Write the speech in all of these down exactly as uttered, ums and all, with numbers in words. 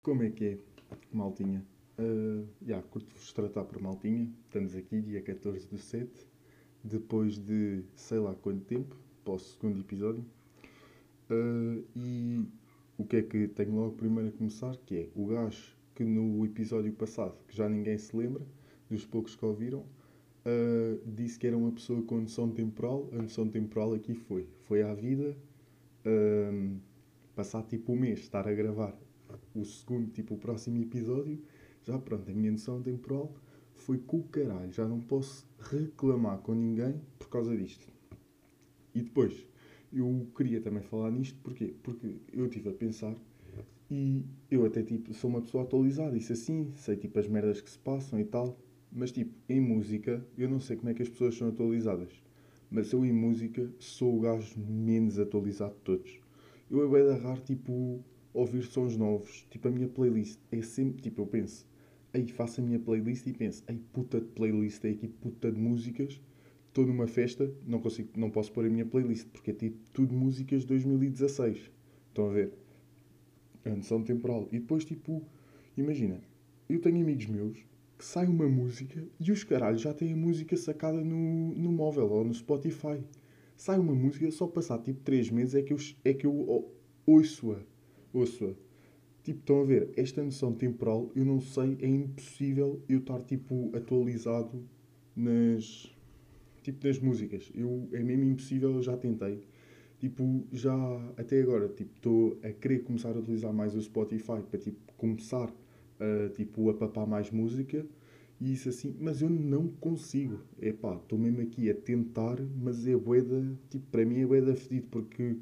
Como é que é, maltinha? Uh, yeah, curto-vos tratar por maltinha. Estamos aqui, dia catorze de sete, depois de sei lá quanto tempo, para o segundo episódio. Uh, e o que é que tenho logo primeiro a começar? Que é o gajo que no episódio passado, que já ninguém se lembra, dos poucos que ouviram, uh, disse que era uma pessoa com noção temporal. A noção temporal aqui foi. Foi à vida, uh, passar tipo um mês, estar a gravar o segundo, tipo o próximo episódio, já pronto, a minha noção temporal foi com o caralho. Já não posso reclamar com ninguém por causa disto. E depois, eu queria também falar nisto, porquê? Porque eu estive a pensar e eu até tipo sou uma pessoa atualizada, isso assim, sei tipo as merdas que se passam e tal, mas tipo, em música, eu não sei como é que as pessoas são atualizadas, mas eu em música sou o gajo menos atualizado de todos. Eu é bué de raro, tipo, ouvir sons novos, tipo a minha playlist é sempre, tipo, eu penso, aí faço a minha playlist e penso, aí puta de playlist, é aqui puta de músicas, estou numa festa, não consigo, não posso pôr a minha playlist, porque é tipo tudo músicas de dois mil e dezasseis. Estão a ver? A noção temporal. E depois, tipo, imagina, eu tenho amigos meus que sai uma música e os caralhos já têm a música sacada no, no móvel ou no Spotify. Sai uma música, só passar tipo três meses é que eu, é que eu ouço-a. Ouço-a. Tipo, estão a ver, esta noção temporal, eu não sei, é impossível eu estar tipo atualizado nas, tipo, nas músicas. Eu, é mesmo impossível, eu já tentei. Tipo, já até agora, tipo, estou a querer começar a utilizar mais o Spotify para, tipo, começar a, tipo, a papar mais música e isso assim, mas eu não consigo. Epá, estou mesmo aqui a tentar, mas é bué da, tipo, para mim é bué da fedido, porque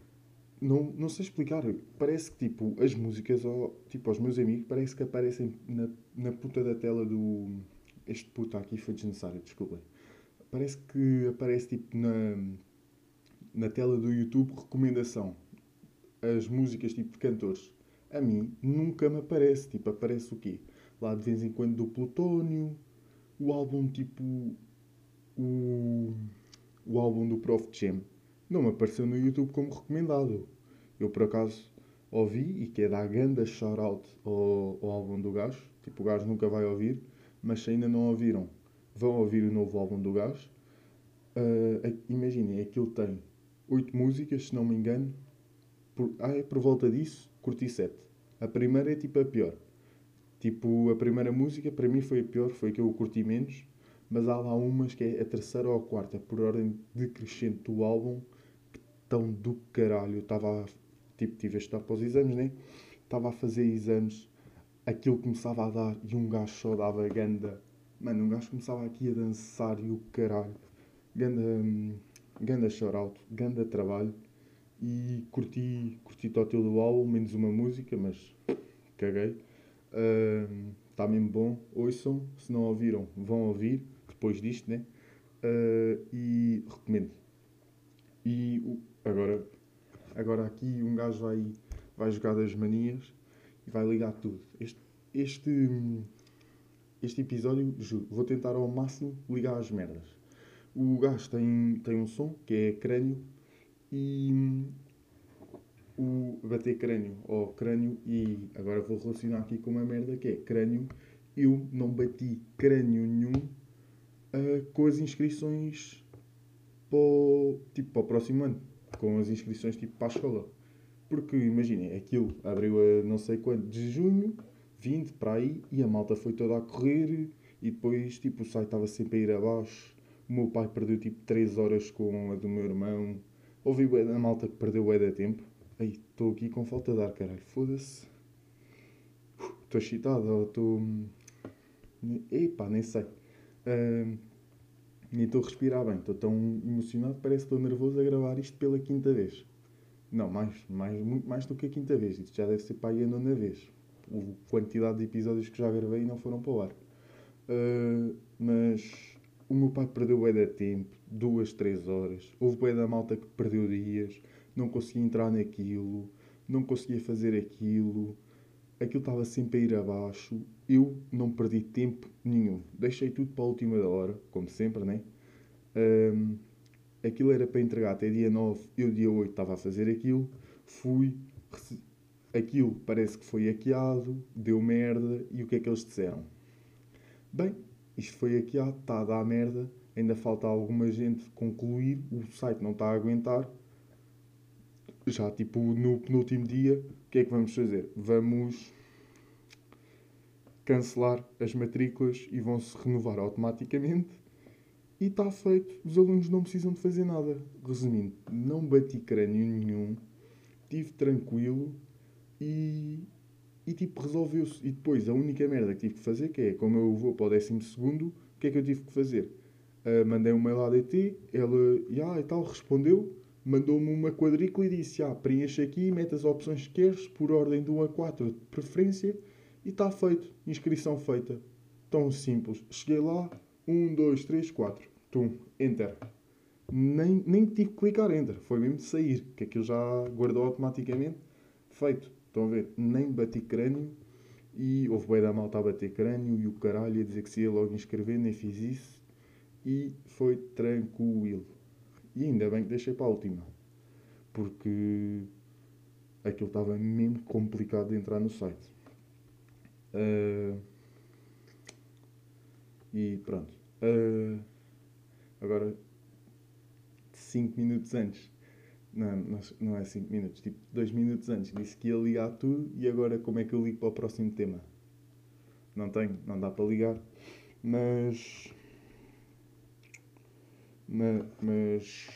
não, não sei explicar. Parece que, tipo, as músicas, ou, tipo, aos meus amigos, parece que aparecem na, na puta da tela do... Este puta aqui foi desnecessário, desculpem. Parece que aparece, tipo, na na tela do YouTube recomendação as músicas tipo de cantores. A mim nunca me aparece. Tipo, aparece o quê? Lá de vez em quando do Plutónio, o álbum tipo. O, o álbum do Prof Jam. Não me apareceu no YouTube como recomendado. Eu por acaso ouvi e que é dar ganda shout-out ao, ao álbum do gajo. Tipo, o gajo nunca vai ouvir, mas se ainda não ouviram, vão ouvir o novo álbum do gajo. Uh, Imaginem, aquilo tem oito músicas, se não me engano. Por, ah, é por volta disso, curti sete. A primeira é tipo a pior. Tipo, a primeira música para mim foi a pior, foi a que eu curti menos. Mas há lá umas que é a terceira ou a quarta, por ordem decrescente do álbum, que estão do caralho. Eu estava, tipo, tive a estudar para os exames, né? Estava a fazer exames, aquilo começava a dar e um gajo só dava ganda. Mano, um gajo começava aqui a dançar e o caralho. Ganda, hum, ganda shout-out, ganda trabalho. E curti, curti o total do álbum, menos uma música, mas caguei. Está uh, mesmo bom, ouçam. Se não ouviram, vão ouvir, depois disto, né? Uh, e recomendo. E uh, agora, agora aqui um gajo vai, vai jogar das manias e vai ligar tudo. Este, este, este episódio, juro, vou tentar ao máximo ligar as merdas. O gajo tem, tem um som que é crânio e o bater crânio ou crânio, e agora vou relacionar aqui com uma merda que é crânio. Eu não bati crânio nenhum uh, com as inscrições para o, tipo, para o próximo ano, com as inscrições tipo para a escola. Porque imaginem, aquilo abriu a não sei quanto de junho, vinte para aí, e a malta foi toda a correr e depois tipo, o site estava sempre a ir abaixo. O meu pai perdeu tipo três horas com a do meu irmão. Houve a malta que perdeu o da tempo. Ei, estou aqui com falta de ar, caralho. Foda-se. Estou excitado ou estou. Epá, nem sei. Uh, nem estou a respirar bem. Estou tão emocionado, parece que estou nervoso a gravar isto pela quinta vez. Não, mais, mais, muito mais do que a quinta vez. Isto já deve ser para aí a nona vez. A quantidade de episódios que já gravei e não foram para o ar. Uh, mas o meu pai perdeu bué de tempo, duas, três horas. Houve bué da malta que perdeu dias, não conseguia entrar naquilo, não conseguia fazer aquilo. Aquilo estava sempre a ir abaixo. Eu não perdi tempo nenhum. Deixei tudo para a última da hora, como sempre, né? Um, Aquilo era para entregar até dia nove. Eu dia oito estava a fazer aquilo. Fui, aquilo parece que foi hackeado, deu merda, e o que é que eles disseram? Bem, isto foi hackeado, está a dar merda, ainda falta alguma gente concluir, o site não está a aguentar. Já tipo no penúltimo dia, o que é que vamos fazer? Vamos cancelar as matrículas e vão-se renovar automaticamente. E está feito, os alunos não precisam de fazer nada. Resumindo, não bati crânio nenhum, estive tranquilo e, e tipo resolveu-se. E depois a única merda que tive que fazer, que é como eu vou para o décimo segundo, o que é que eu tive que fazer? Uh, mandei um mail à D T, ela ah, e tal, respondeu, mandou-me uma quadrícula e disse: ah, preenche aqui, mete as opções que queres, por ordem de um a quatro de preferência, e está feito. Inscrição feita. Tão simples. Cheguei lá, um, dois, três, quatro. Tum, enter. Nem, nem tive que clicar enter, foi mesmo de sair, que aquilo já guardou automaticamente. Feito. Estão a ver? Nem bati crânio. E houve bem da malta a bater crânio e o caralho a dizer que se ia logo inscrever, nem fiz isso. E foi tranquilo. E ainda bem que deixei para a última. Porque aquilo estava mesmo complicado de entrar no site. Uh, e pronto. Uh, agora, cinco minutos antes. Não, não é cinco minutos. Tipo, dois minutos antes disse que ia ligar tudo. E agora como é que eu ligo para o próximo tema? Não tenho, não dá para ligar. Mas... Mas... Mas,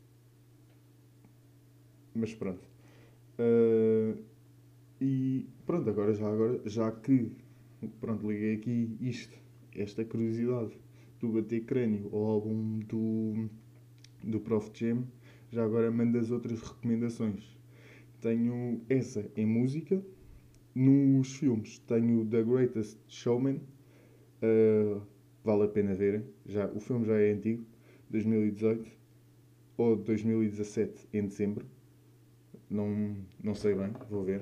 mas pronto. Uh, e pronto, agora já, agora já que pronto, liguei aqui isto, esta curiosidade do bater crânio ao álbum do, do Prof Jam, já agora mando as outras recomendações. Tenho essa em música. Nos filmes tenho The Greatest Showman, uh, vale a pena verem. Já, o filme já é antigo, dois mil e dezoito ou dois mil e dezassete, em dezembro. Não, não sei bem, vou ver.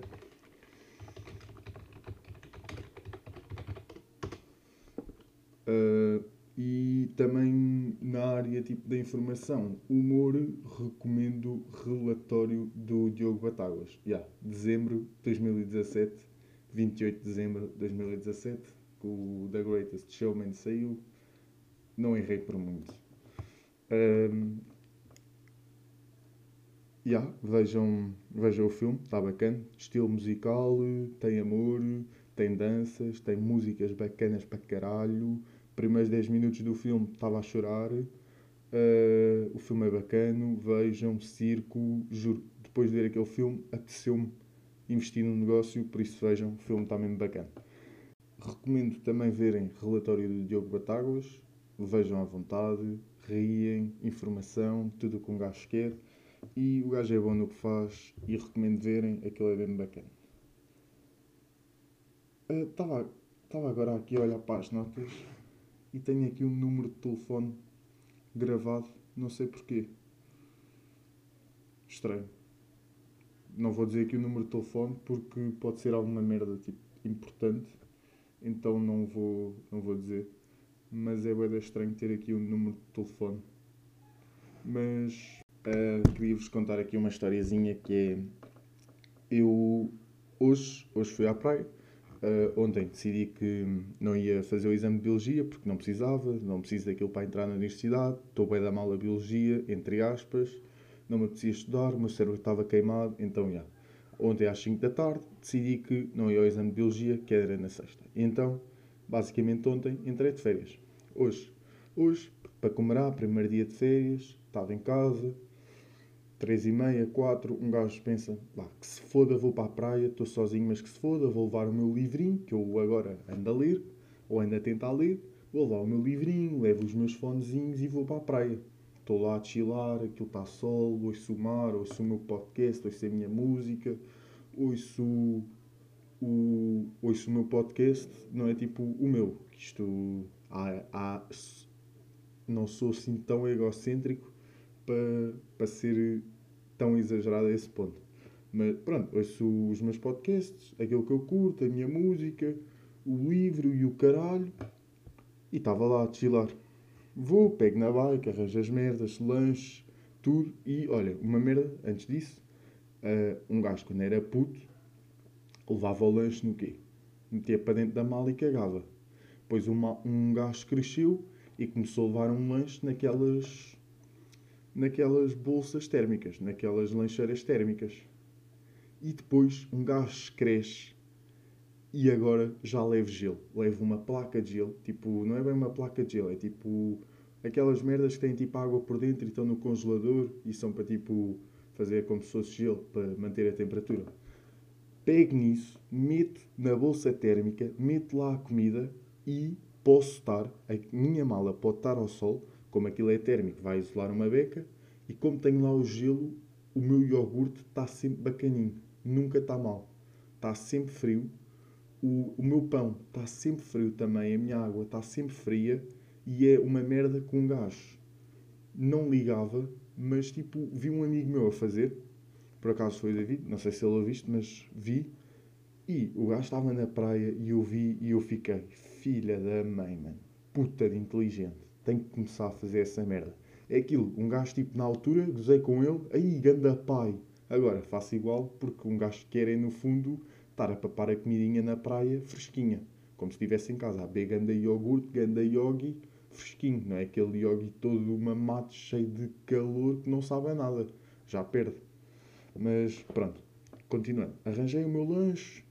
Uh, e também na área tipo da informação, humor, recomendo Relatório do Diogo Batáguas. Yeah, dezembro de dois mil e dezassete, vinte e oito de dezembro de dois mil e dezassete, que o The Greatest Showman saiu. Não errei por muito. Um, yeah, vejam, vejam o filme, está bacana. Estilo musical, tem amor, tem danças, tem músicas bacanas para caralho. Primeiros dez minutos do filme estava a chorar. Uh, o filme é bacana, vejam, circo, juro, depois de ver aquele filme, apeteceu-me investir no negócio, por isso vejam, o filme está mesmo bacana. Recomendo também verem Relatório do Diogo Batáguas, vejam à vontade, riem, informação, tudo o que um gajo quer, e o gajo é bom no que faz, e recomendo verem, aquilo é bem bacana. Estava uh, agora aqui a olhar para as notas, e tenho aqui um número de telefone gravado, não sei porquê. Estranho. Não vou dizer aqui o número de telefone porque pode ser alguma merda tipo, importante, então não vou, não vou dizer. Mas é bem estranho ter aqui o número de telefone. Mas uh, queria-vos contar aqui uma historiazinha que é... Eu hoje, hoje fui à praia. Uh, ontem decidi que não ia fazer o exame de Biologia porque não precisava, não preciso daquilo para entrar na universidade, estou bem da mal a Biologia, entre aspas, não me apetecia estudar, o meu cérebro estava queimado, então já. Yeah. Ontem às cinco da tarde decidi que não ia ao exame de Biologia, que era na sexta. Então, basicamente ontem entrei de férias. Hoje, hoje para comemorar, primeiro dia de férias, estava em casa, três e meia, quatro, um gajo pensa, bah, que se foda, vou para a praia, estou sozinho, mas que se foda, vou levar o meu livrinho, que eu agora ando a ler, ou ando a tentar ler, vou levar o meu livrinho, levo os meus fonezinhos e vou para a praia. Estou lá a chilar, aquilo está sol, ouço o mar, ouço o meu podcast, ouço a minha música, ouço o, ouço o meu podcast, não é tipo o meu, que isto, há, há, não sou assim tão egocêntrico para, para ser tão exagerado a esse ponto. Mas pronto, ouço os meus podcasts, aquilo que eu curto, a minha música, o livro e o caralho. E estava lá a chilar. Vou, pego na bike, arranjo as merdas, lanche, tudo. E olha, uma merda, antes disso, uh, um gajo quando era puto, Levava o lanche no quê? Metia para dentro da mala e cagava. Depois uma, um gajo cresceu e começou a levar um lanche naquelas, naquelas bolsas térmicas, naquelas lancheiras térmicas. E depois um gajo cresce e agora já levo gelo. Levo uma placa de gelo. Tipo, não é bem uma placa de gelo, é tipo aquelas merdas que têm tipo água por dentro e estão no congelador e são para tipo fazer como se fosse gelo para manter a temperatura. Pego nisso, meto na bolsa térmica, meto lá a comida e posso estar, a minha mala pode estar ao sol, como aquilo é térmico, vai isolar uma beca, e como tenho lá o gelo, o meu iogurte está sempre bacaninho, nunca está mal, está sempre frio, o, o meu pão está sempre frio também, a minha água está sempre fria, e é uma merda com um gajo. Não ligava, mas tipo, vi um amigo meu a fazer, por acaso foi o David, não sei se ele ouviste, mas vi. E o gajo estava na praia e eu vi e eu fiquei, filha da mãe, mano. Puta de inteligente. Tenho que começar a fazer essa merda. É aquilo, um gajo tipo na altura, gozei com ele, aí ganda pai. Agora faço igual porque um gajo quer é no fundo estar a papar a comidinha na praia fresquinha. Como se estivesse em casa, a beber ganda iogurte, ganda yogi, fresquinho. Não é aquele yogi todo mamado, cheio de calor que não sabe a nada. Já perde. Mas pronto, continuando. Arranjei o meu lanche,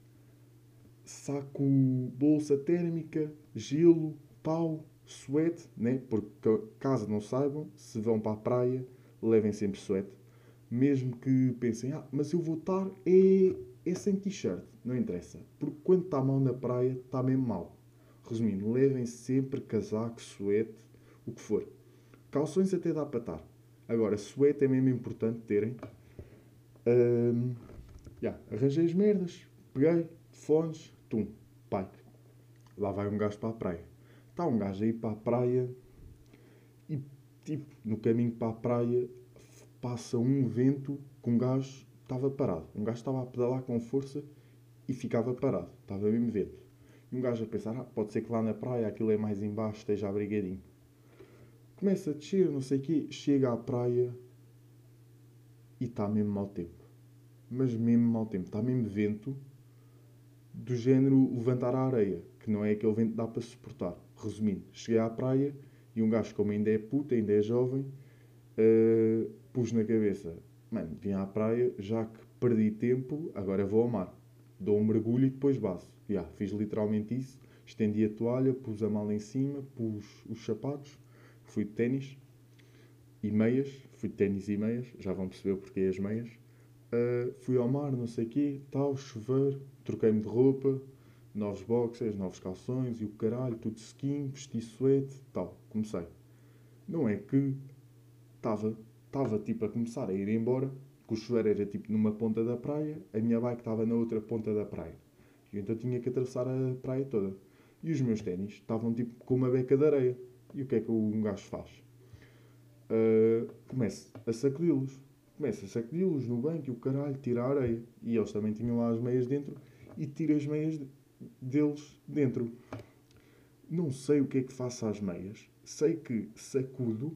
saco, bolsa térmica, gelo, pau, suete, né? Porque caso não saibam, se vão para a praia, levem sempre suete. Mesmo que pensem, ah, mas eu vou estar é, é sem t-shirt. Não interessa. Porque quando está mal na praia, está mesmo mal. Resumindo, levem sempre casaco, suete, o que for. Calções até dá para estar. Agora, suete é mesmo importante terem. Ahm, yeah, arranjei as merdas, peguei, fones, tum, pike. Lá vai um gajo para a praia. Está um gajo aí para a praia e, tipo, no caminho para a praia passa um vento que um gajo estava parado. Um gajo estava a pedalar com força e ficava parado. Estava mesmo vento. E um gajo a pensar, ah, pode ser que lá na praia aquilo é mais embaixo, esteja abrigadinho. Começa a descer, não sei o quê, chega à praia e está mesmo mau tempo. Mas mesmo mau tempo. Está mesmo vento do género levantar a areia, que não é aquele vento que dá para suportar. Resumindo, cheguei à praia e um gajo, como ainda é puto, ainda é jovem, uh, pus na cabeça, mano, vim à praia, já que perdi tempo, agora vou ao mar. Dou um mergulho e depois baço. Yeah, fiz literalmente isso, estendi a toalha, pus a mala em cima, pus os sapatos, fui de ténis e meias, fui de ténis e meias, já vão perceber porque as meias. Uh, fui ao mar, não sei o quê, tal, chover, troquei-me de roupa, novos boxers, novos calções e o caralho, tudo skin, vesti suete, tal, comecei. Não é que estava, estava tipo a começar a ir embora, que o chuveiro era tipo numa ponta da praia, a minha bike estava na outra ponta da praia. E então tinha que atravessar a praia toda. E os meus ténis estavam tipo com uma beca de areia. E o que é que um gajo faz? Uh, começo a sacudi-los. Começo a sacudi-los no banco e o caralho, tira a areia. E eles também tinham lá as meias dentro e tira as meias deles dentro. Não sei o que é que faço às meias. Sei que sacudo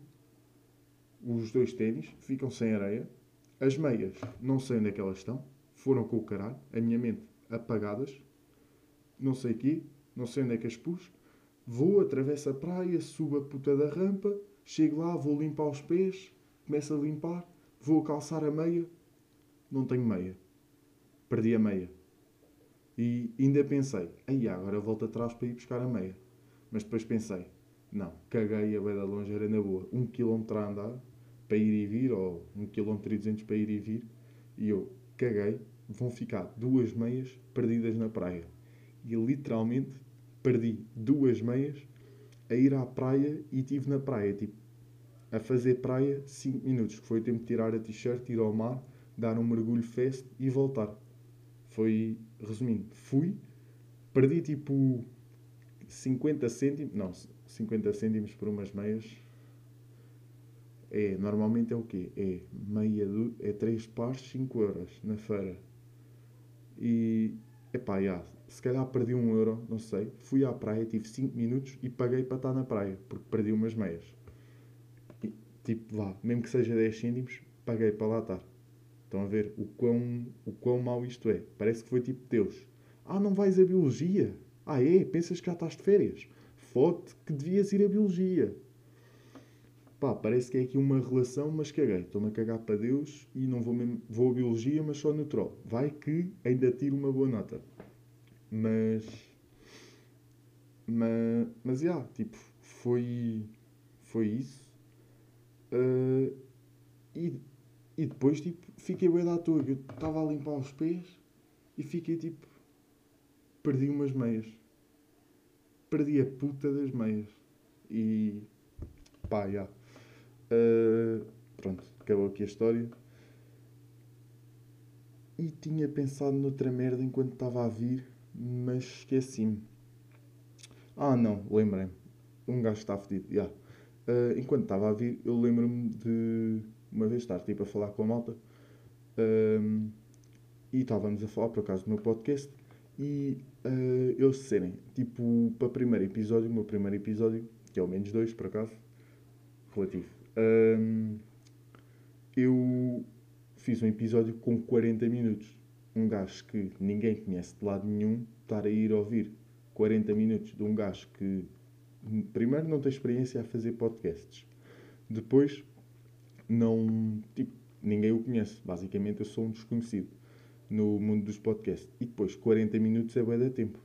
os dois ténis, ficam sem areia. As meias, não sei onde é que elas estão. Foram com o caralho. A minha mente apagadas. Não sei aqui. Não sei onde é que as pus. Vou, atravesso a praia, subo a puta da rampa. Chego lá, vou limpar os pés. Começo a limpar. Vou calçar a meia. Não tenho meia. Perdi a meia. E ainda pensei, aí agora volto atrás para ir buscar a meia. Mas depois pensei, não, caguei a beira longe, era na boa. Um quilómetro a andar para ir e vir, ou um quilómetro e duzentos para ir e vir. E eu caguei, vão ficar duas meias perdidas na praia. E literalmente perdi duas meias a ir à praia e estive na praia, tipo, a fazer praia cinco minutos, que foi o tempo de tirar a t-shirt, ir ao mar, dar um mergulho fast e voltar. Foi, resumindo, fui, perdi tipo cinquenta cêntimos, não, cinquenta cêntimos por umas meias. É, normalmente é o quê? É meia, do, é três pares, cinco euros na feira. E, epá, já, se calhar perdi um euro, não sei. Fui à praia, tive cinco minutos e paguei para estar na praia, porque perdi umas meias. E, tipo, vá, mesmo que seja dez cêntimos, paguei para lá estar. Estão a ver o quão, o quão mau isto é. Parece que foi tipo Deus. Ah, não vais a biologia? Ah, é? Pensas que já estás de férias? Fode que devias ir a biologia. Pá, parece que é aqui uma relação, mas caguei. Estou-me a cagar para Deus e não vou, mesmo, vou a biologia, mas só no troll. Vai que ainda tiro uma boa nota. Mas... Mas, mas, já, yeah, tipo, foi, foi isso. Uh, e, e depois, tipo, fiquei bem da toa. Eu estava a limpar os pés e fiquei, tipo, perdi umas meias. Perdi a puta das meias. E, pá, já. Yeah. Uh, pronto, acabou aqui a história. E tinha pensado noutra merda enquanto estava a vir, mas esqueci-me. Ah, não, lembrei-me. Um gajo está fedido, já. Yeah. Uh, enquanto estava a vir, eu lembro-me de uma vez estar tipo a falar com a malta um, e estávamos a falar por acaso do meu podcast e uh, eles disserem, tipo, para o primeiro episódio, o meu primeiro episódio, que é o menos dois por acaso, relativo, um, eu fiz um episódio com quarenta minutos. Um gajo que ninguém conhece de lado nenhum, estar a ir ouvir quarenta minutos de um gajo que primeiro não tem experiência a fazer podcasts. Depois, não, tipo, ninguém o conhece. Basicamente, eu sou um desconhecido no mundo dos podcasts. E depois, quarenta minutos é bué de tempo.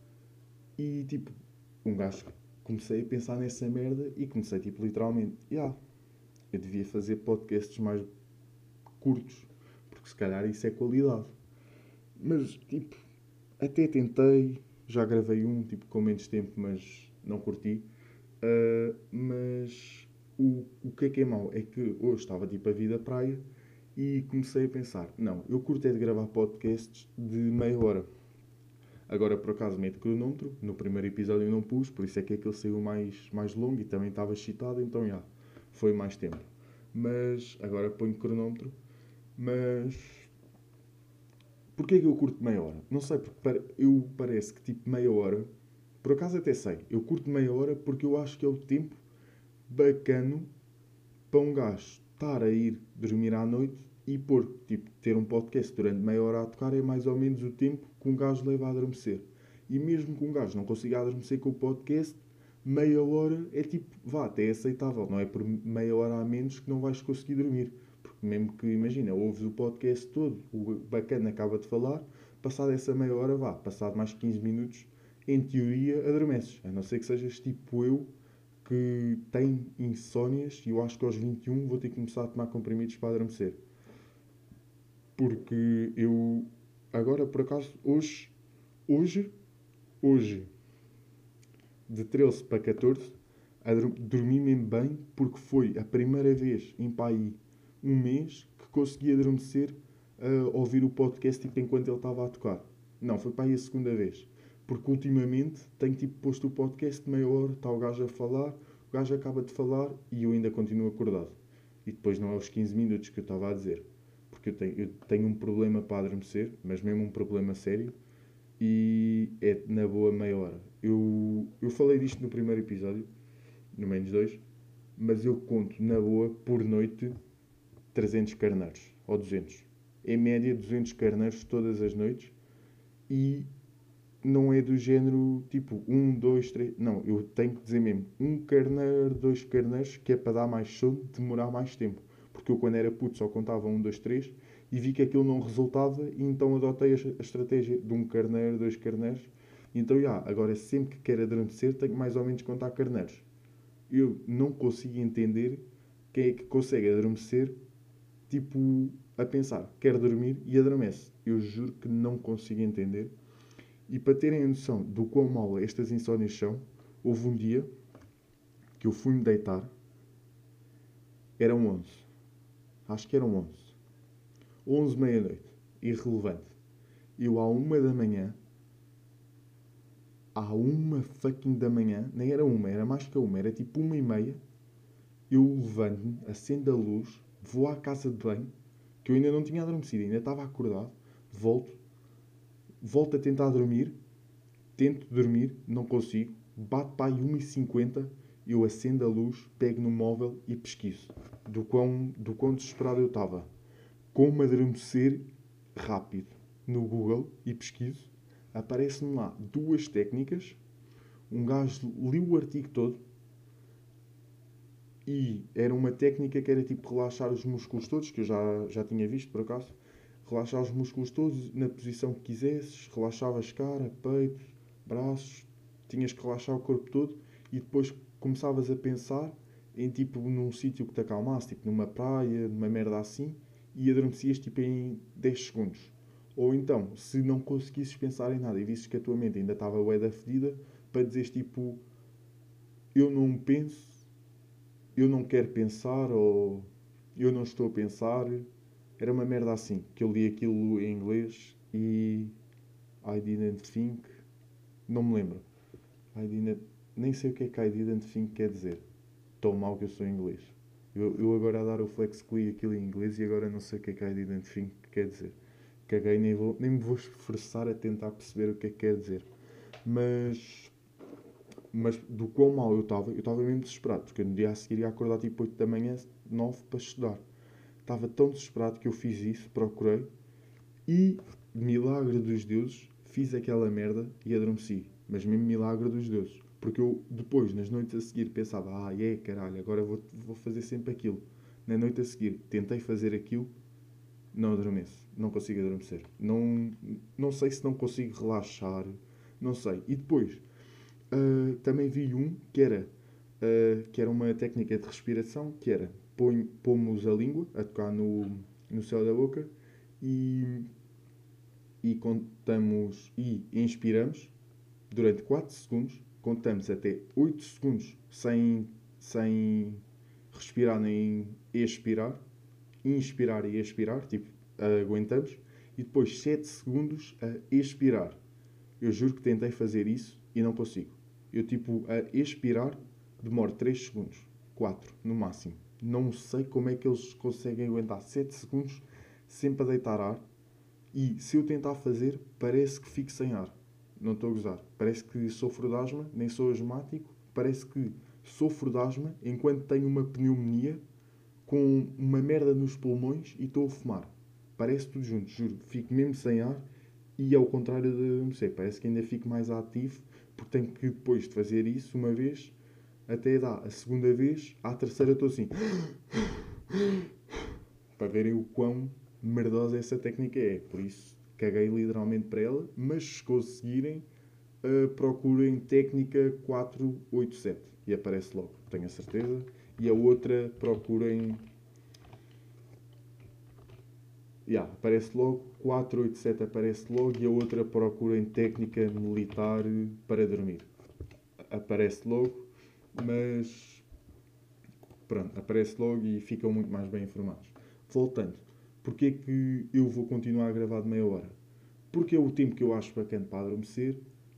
E, tipo, um gajo... Comecei a pensar nessa merda e comecei, tipo, literalmente... Yeah, eu devia fazer podcasts mais curtos. Porque, se calhar, isso é qualidade. Mas, tipo, até tentei. Já gravei um, tipo, com menos tempo, mas não curti. Uh, mas... O, o que é que é mau? É que hoje estava tipo a vida praia e comecei a pensar, não, eu curto é de gravar podcasts de meia hora. Agora por acaso meto cronómetro, no primeiro episódio eu não pus, por isso é que aquele saiu mais, mais longo e também estava excitado, então já, foi mais tempo. Mas agora ponho cronómetro, mas porquê é que eu curto meia hora? Não sei, porque eu parece que tipo meia hora, por acaso até sei, eu curto meia hora porque eu acho que é o tempo bacano para um gajo estar a ir dormir à noite e pôr, tipo, ter um podcast durante meia hora a tocar é mais ou menos o tempo que um gajo leva a adormecer. E mesmo que um gajo não consiga adormecer com o podcast, meia hora é tipo, vá, até é aceitável. Não é por meia hora a menos que não vais conseguir dormir. Porque mesmo que, imagina, ouves o podcast todo, o bacana acaba de falar, passado essa meia hora, vá, passado mais quinze minutos, em teoria, adormeces. A não ser que sejas tipo eu, que tem insónias e eu acho que aos vinte e um vou ter que começar a tomar comprimidos para adormecer. Porque eu, agora por acaso, hoje, hoje, hoje, de treze para catorze, dormi mesmo bem porque foi a primeira vez em pá aí um mês que consegui adormecer a ouvir o podcast tipo, enquanto ele estava a tocar. Não, foi para aí a segunda vez. Porque ultimamente tenho tipo posto o podcast de meia hora, está o gajo a falar, o gajo acaba de falar e eu ainda continuo acordado. E depois não é os quinze minutos que eu estava a dizer. Porque eu tenho, eu tenho um problema para adormecer, mas mesmo um problema sério, e é na boa meia hora. Eu, eu falei disto no primeiro episódio, no menos dois, mas eu conto na boa por noite trezentos carneiros, ou duzentos. Em média duzentos carneiros todas as noites e não é do género tipo um, dois, três. Não, eu tenho que dizer mesmo um carneiro, dois carneiros, que é para dar mais sono, demorar mais tempo. Porque eu, quando era puto, só contava um, dois, três e vi que aquilo não resultava e então adotei a estratégia de um carneiro, dois carneiros. E então, já, agora sempre que quero adormecer, tenho mais ou menos contar carneiros. Eu não consigo entender quem é que consegue adormecer, tipo, a pensar, quero dormir e adormece. Eu juro que não consigo entender. E para terem a noção do quão mal estas insónias são, houve um dia que eu fui-me deitar, eram onze. Acho que eram onze. onze, meia-noite. Irrelevante. Eu à uma da manhã, à uma fucking da manhã, nem era uma, era mais que a uma, era tipo uma e meia, eu levanto-me, acendo a luz, vou à casa de banho, que eu ainda não tinha adormecido, ainda estava acordado, volto, volto a tentar dormir, tento dormir, não consigo, bato para aí uma e cinquenta, eu acendo a luz, pego no móvel e pesquiso. Do quão, do quão desesperado eu estava. como adormecer rápido. No Google e pesquiso, aparecem lá duas técnicas. Um gajo leu o artigo todo e era uma técnica que era tipo relaxar os músculos todos, que eu já, já tinha visto por acaso. Relaxar os músculos todos na posição que quisesses, relaxavas cara, peito, braços, tinhas que relaxar o corpo todo e depois começavas a pensar em tipo num sítio que te acalmasse, tipo numa praia, numa merda assim, e adormecias tipo em dez segundos. Ou então, se não conseguisses pensar em nada e visses que a tua mente ainda estava bué da fedida, para dizeres tipo, eu não penso, eu não quero pensar, ou eu não estou a pensar. Era uma merda assim, que eu li aquilo em inglês e I didn't think, não me lembro. I didn't, nem sei o que é que I didn't think quer dizer. Tão mal que eu sou em inglês. Eu, eu agora a dar o flex que li aquilo em inglês e agora não sei o que é que I didn't think quer dizer. Caguei, nem, vou, nem me vou esforçar a tentar perceber o que é que quer dizer. Mas, mas do quão mal eu estava, eu estava mesmo desesperado, porque no dia a seguir ia acordar tipo oito da manhã, nove para estudar. Estava tão desesperado que eu fiz isso, procurei e, milagre dos deuses, fiz aquela merda e adormeci. Mas mesmo milagre dos deuses. Porque eu depois, nas noites a seguir, pensava, ah, é, caralho, agora vou, vou fazer sempre aquilo. Na noite a seguir, tentei fazer aquilo, não adormeço. Não consigo adormecer. Não, não sei se não consigo relaxar. Não sei. E depois, uh, também vi um que era, uh, que era uma técnica de respiração, que era, põe, pomos a língua a tocar no, no céu da boca e, e contamos, e inspiramos durante quatro segundos, contamos até oito segundos sem, sem respirar nem expirar, inspirar e expirar, tipo, aguentamos, e depois sete segundos a expirar. Eu juro que tentei fazer isso e não consigo. Eu, tipo, a expirar demoro três segundos, quatro no máximo. Não sei como é que eles conseguem aguentar sete segundos sempre a deitar ar. E se eu tentar fazer, parece que fico sem ar. Não estou a gozar. Parece que sofro de asma, nem sou asmático. Parece que sofro de asma enquanto tenho uma pneumonia com uma merda nos pulmões e estou a fumar. Parece tudo junto, juro. Fico mesmo sem ar e ao contrário de, não sei, parece que ainda fico mais ativo porque tenho que depois de fazer isso uma vez, até dar a segunda vez, à terceira estou assim. Para verem o quão merdosa essa técnica é. Por isso, caguei literalmente para ela, mas se conseguirem, uh, procurem técnica quatro oito sete e aparece logo, tenho a certeza. E a outra, procurem... Yeah, aparece logo, quatro oito sete aparece logo e a outra procurem técnica militar para dormir. Aparece logo, mas pronto, aparece logo e ficam muito mais bem informados. Voltando, porque é que eu vou continuar a gravar de meia hora? Porque é o tempo que eu acho bacana para adormecer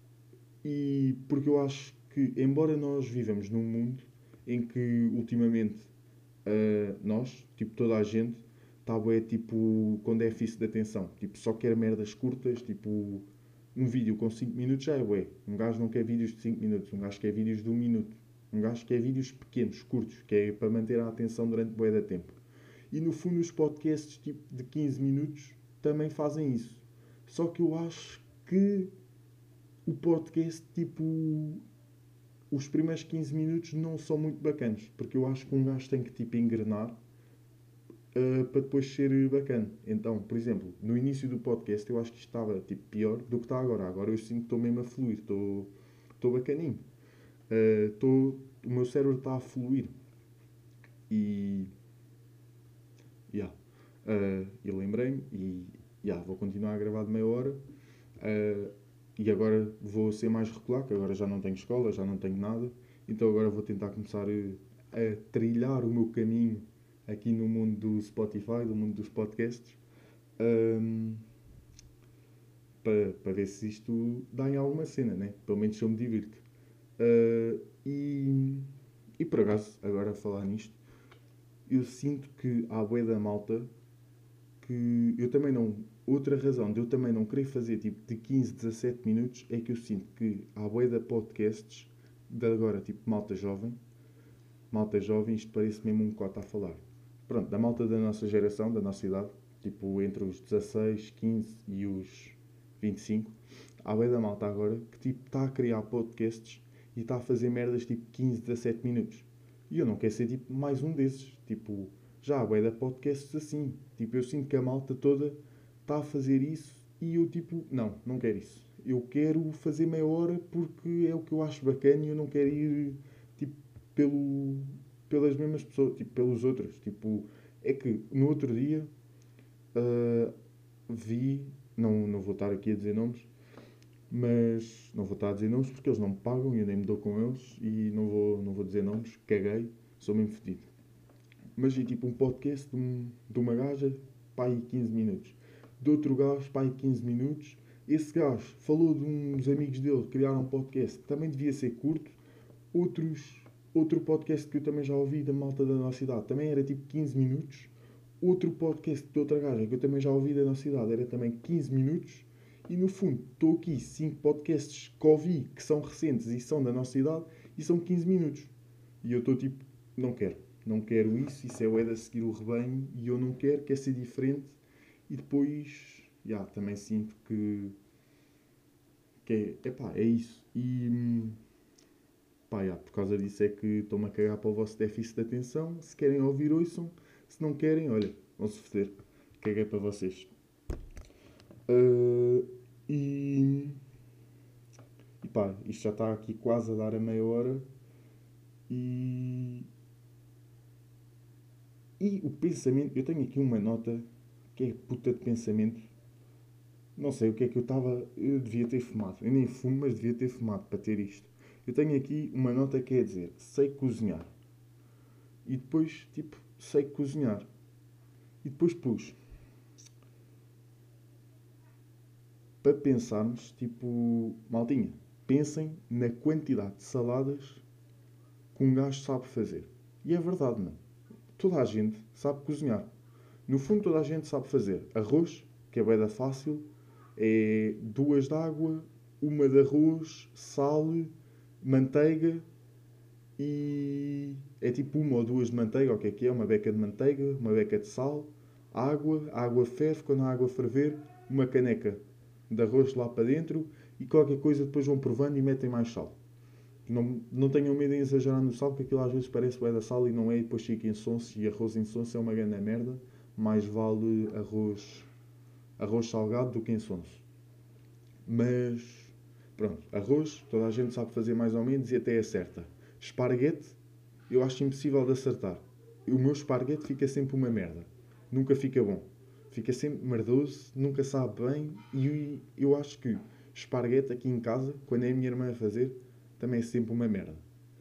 e porque eu acho que, embora nós vivamos num mundo em que ultimamente uh, nós, tipo toda a gente, está bué, tipo, com déficit de atenção. Tipo, só quer merdas curtas, tipo, um vídeo com cinco minutos já é bué. Um gajo não quer vídeos de cinco minutos, um gajo quer vídeos de um minuto. Um gajo quer vídeos pequenos, curtos, que é para manter a atenção durante bué de tempo. E no fundo os podcasts tipo de quinze minutos também fazem isso. Só que eu acho que o podcast, tipo, os primeiros quinze minutos não são muito bacanas. Porque eu acho que um gajo tem que, tipo, engrenar uh, para depois ser bacana. Então, por exemplo, no início do podcast eu acho que estava, tipo, pior do que está agora. Agora eu sinto que estou mesmo a fluir. Estou, estou bacaninho. Uh, estou, o meu cérebro está a fluir. E... Yeah. Uh, eu lembrei-me e yeah, vou continuar a gravar de meia hora uh, e agora vou ser mais regular, que agora já não tenho escola, já não tenho nada, então agora vou tentar começar a, a trilhar o meu caminho aqui no mundo do Spotify, do mundo dos podcasts, um, para, para ver se isto dá em alguma cena, né? Pelo menos se eu me divirto. Uh, e, e por acaso, agora a falar nisto, eu sinto que há bué da malta que eu também não... Outra razão de eu também não querer fazer tipo de quinze, dezassete minutos é que eu sinto que há bué de podcasts de agora, tipo malta jovem. Malta jovem, isto parece mesmo um cota a falar. Pronto, da malta da nossa geração, da nossa idade, tipo entre os dezasseis, quinze e os vinte e cinco, há bué da malta agora que tipo está a criar podcasts e está a fazer merdas tipo quinze, dezassete minutos. E eu não quero ser tipo mais um desses. Tipo, já há bué da podcasts assim. Tipo, eu sinto que a malta toda está a fazer isso e eu tipo, não, não quero isso. Eu quero fazer meia hora porque é o que eu acho bacana e eu não quero ir tipo pelo, pelas mesmas pessoas, tipo pelos outros. Tipo, é que no outro dia uh, vi, não, não vou estar aqui a dizer nomes, mas não vou estar a dizer nomes porque eles não me pagam e eu nem me dou com eles e não vou, não vou dizer nomes, caguei, sou mesmo fedido. Mas vi tipo um podcast de, um, de uma gaja, pá, aí quinze minutos. De outro gajo, pá, aí quinze minutos. Esse gajo falou de uns amigos dele que criaram um podcast que também devia ser curto. Outros, outro podcast que eu também já ouvi da malta da nossa cidade também era tipo quinze minutos. Outro podcast de outra gaja que eu também já ouvi da nossa cidade era também quinze minutos. E no fundo, estou aqui cinco podcasts que ouvi que são recentes e são da nossa idade e são quinze minutos. E eu estou tipo, não quero. Não quero isso, isso é o é de seguir o rebanho e eu não quero, quero ser diferente. E depois, já, yeah, também sinto que, que é, epá, é isso. E, pá, yeah, por causa disso é que estou-me a cagar para o vosso déficit de atenção. Se querem ouvir, ouçam. Se não querem, olha, vão-se foder. Caguei para vocês. Uh, e, e pá, isto já está aqui quase a dar a meia hora. E, e o pensamento, eu tenho aqui uma nota que é puta de pensamento. Não sei o que é que eu estava. Eu devia ter fumado. Eu nem fumo, mas devia ter fumado para ter isto. Eu tenho aqui uma nota que é dizer: sei cozinhar. E depois, tipo, sei cozinhar. E depois pus. Para pensarmos, tipo, maltinha, pensem na quantidade de saladas que um gajo sabe fazer. E é verdade, mano. Toda a gente sabe cozinhar. No fundo, toda a gente sabe fazer arroz, que é bem da fácil, é duas de água, uma de arroz, sal, manteiga e é tipo uma ou duas de manteiga, o que é que é? Uma beca de manteiga, uma beca de sal, água, a água ferve, quando a água ferver, uma caneca de arroz lá para dentro e qualquer coisa depois vão provando e metem mais sal. Não, não tenham medo em exagerar no sal, porque aquilo às vezes parece bué da sal e não é, e depois fica insonso e arroz insonso é uma grande merda. Mais vale arroz, arroz salgado do que insonso. Mas, pronto, arroz, toda a gente sabe fazer mais ou menos e até acerta. Esparguete, eu acho impossível de acertar. O meu esparguete fica sempre uma merda. Nunca fica bom. Fica sempre merdoso, nunca sabe bem e eu acho que esparguete aqui em casa, quando é a minha irmã a fazer, também é sempre uma merda.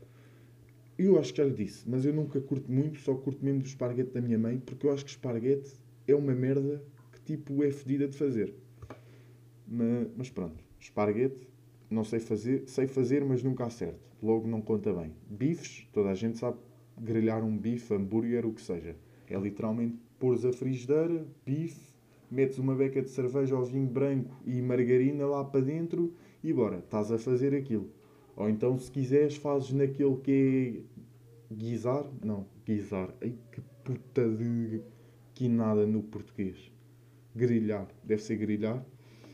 Eu acho que já lhe disse, mas eu nunca curto muito, só curto mesmo do esparguete da minha mãe, porque eu acho que esparguete é uma merda que tipo é fedida de fazer. Mas, mas pronto, esparguete, não sei fazer, sei fazer, mas nunca acerto. Logo não conta bem. Bifes, toda a gente sabe grelhar um bife, hambúrguer, o que seja. É literalmente pôres a frigideira, bife, metes uma beca de cerveja ou vinho branco e margarina lá para dentro e bora, estás a fazer aquilo. Ou então, se quiseres, fazes naquele que é guisar. Não, guisar. Ai, que puta de quinada no português. Grelhar. Deve ser grelhar.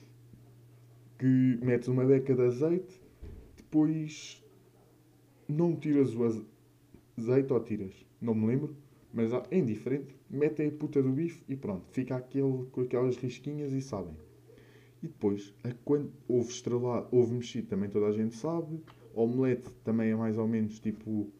Que metes uma beca de azeite, depois não tiras o azeite ou tiras. Não me lembro. Mas é indiferente. Metem a puta do bife e pronto. Fica aquele, com aquelas risquinhas e sabem. E depois, a quando, ovo estrelado, ovo mexido também toda a gente sabe. Omelete também é mais ou menos tipo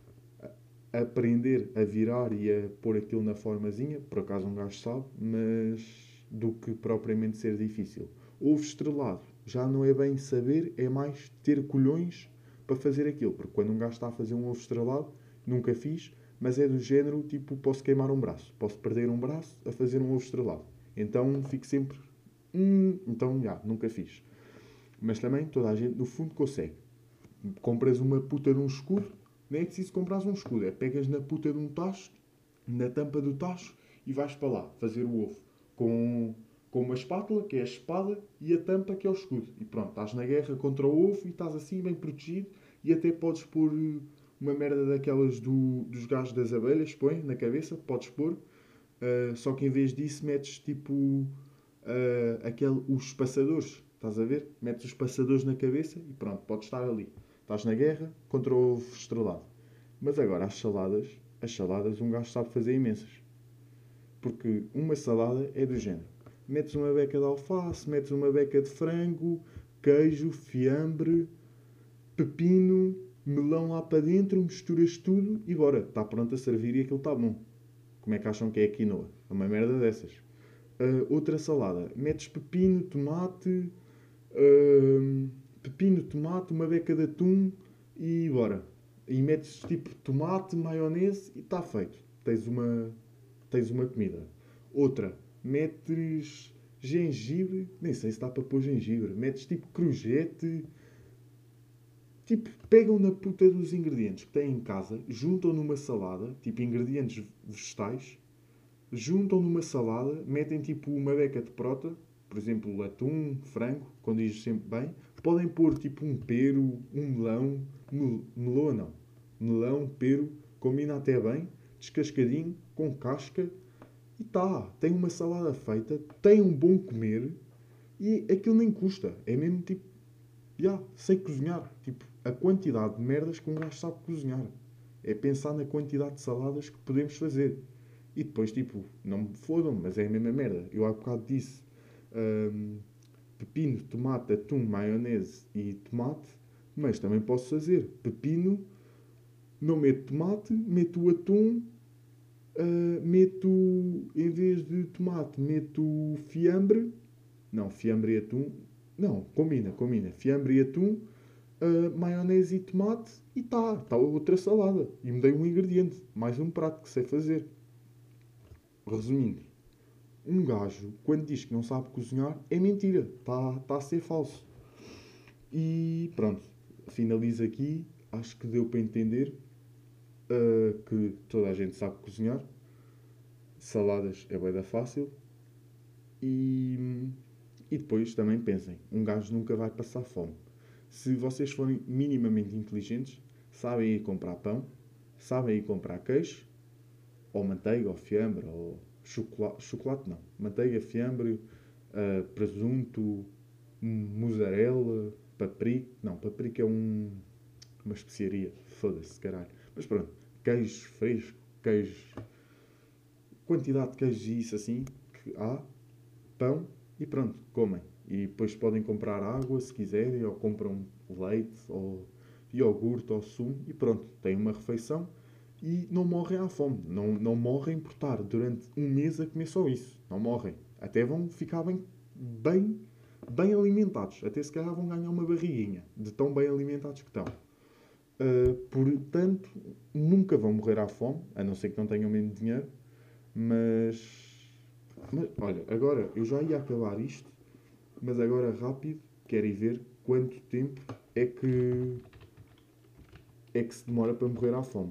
a aprender a virar e a pôr aquilo na formazinha. Por acaso um gajo sabe, mas do que propriamente ser difícil. Ovo estrelado já não é bem saber, é mais ter colhões para fazer aquilo. Porque quando um gajo está a fazer um ovo estrelado, nunca fiz, mas é do género tipo posso queimar um braço, posso perder um braço a fazer um ovo estrelado. Então fico sempre. Hum, então, já, nunca fiz. Mas também toda a gente, no fundo, consegue. Compras uma puta de um escudo, nem é preciso comprar um escudo. É pegas na puta de um tacho, na tampa do tacho, e vais para lá fazer o ovo. Com, com uma espátula, que é a espada, e a tampa, que é o escudo. E pronto, estás na guerra contra o ovo e estás assim bem protegido. E até podes pôr uma merda daquelas do, dos gajos das abelhas, põe na cabeça, podes pôr. Uh, só que em vez disso metes tipo uh, aquele, os passadores, estás a ver? Metes os passadores na cabeça e pronto, podes estar ali. Estás na guerra contra o ovo estrelado. Mas agora as saladas, as saladas um gajo sabe fazer imensas. Porque uma salada é do género. Metes uma beca de alface, metes uma beca de frango, queijo, fiambre, pepino, melão lá para dentro, misturas tudo e bora. Está pronto a servir e aquilo está bom. Como é que acham que é a quinoa? É uma merda dessas. Uh, outra salada. Metes pepino, tomate, uh, pepino, tomate, uma beca de atum e bora. E metes tipo tomate, maionese e está feito. Tens uma, tens uma comida. Outra. Metes gengibre. Nem sei se dá para pôr gengibre. Metes tipo crujete. Tipo, pegam na puta dos ingredientes que têm em casa, juntam numa salada, tipo ingredientes vegetais, juntam numa salada, metem tipo uma beca de prota, por exemplo, atum, frango, condiz sempre bem. Podem pôr tipo um pero, um melão, mel, melão não, melão, pero, combina até bem, descascadinho, com casca, e tá, tem uma salada feita, tem um bom comer, e aquilo nem custa, é mesmo tipo, já, yeah, sei cozinhar, tipo, a quantidade de merdas que um gajo sabe cozinhar. É pensar na quantidade de saladas que podemos fazer. E depois, tipo, não me fodam, mas é a mesma merda. Eu há bocado disse hum, pepino, tomate, atum, maionese e tomate, mas também posso fazer pepino, não meto tomate, meto o atum, uh, meto, em vez de tomate, meto fiambre. Não, fiambre e atum. Não, combina, combina. Fiambre e atum, uh, maionese e tomate e tá, está outra salada. E me dei um ingrediente, mais um prato que sei fazer. Resumindo, um gajo, quando diz que não sabe cozinhar, é mentira. Está tá a ser falso. E pronto, finalizo aqui. Acho que deu para entender uh, que toda a gente sabe cozinhar. Saladas é bem da fácil. E, e depois também pensem, um gajo nunca vai passar fome. Se vocês forem minimamente inteligentes, sabem ir comprar pão, sabem ir comprar queijo, ou manteiga, ou fiambre, ou chocolate, chocolate não, manteiga, fiambre, uh, presunto, mussarela, paprika, não, paprika é um, uma especiaria, foda-se, caralho. Mas pronto, queijo fresco, queijo, quantidade de queijos e isso assim, que há, pão e pronto, comem. E depois podem comprar água se quiserem, ou compram leite, ou iogurte, ou sumo, e pronto, têm uma refeição e não morrem à fome. Não, não morrem por estar durante um mês a comer só isso. Não morrem. Até vão ficar bem, bem, bem alimentados. Até se calhar vão ganhar uma barriguinha de tão bem alimentados que estão. Uh, portanto, nunca vão morrer à fome, a não ser que não tenham mesmo dinheiro. Mas, mas olha, agora eu já ia acabar isto, mas agora rápido, quero ir ver quanto tempo é que é que se demora para morrer à fome.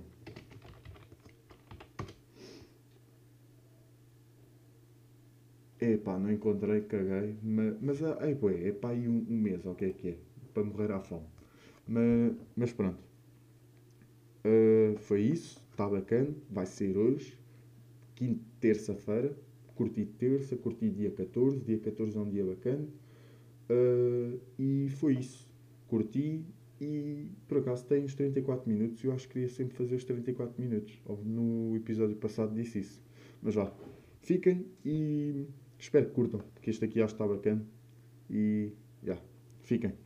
Epá, não encontrei, caguei, mas, mas é, é pá, aí um, um mês, ou o que é que é, para morrer à fome. Mas, mas pronto, uh, foi isso, está bacana, vai ser hoje, quinta, terça-feira, curti terça, curti dia catorze, dia catorze é um dia bacana, uh, e foi isso, curti. E por acaso tem uns trinta e quatro minutos e eu acho que queria sempre fazer os trinta e quatro minutos. No episódio passado disse isso. Mas vá, fiquem e espero que curtam, porque este aqui acho que está bacana. E já, yeah, fiquem.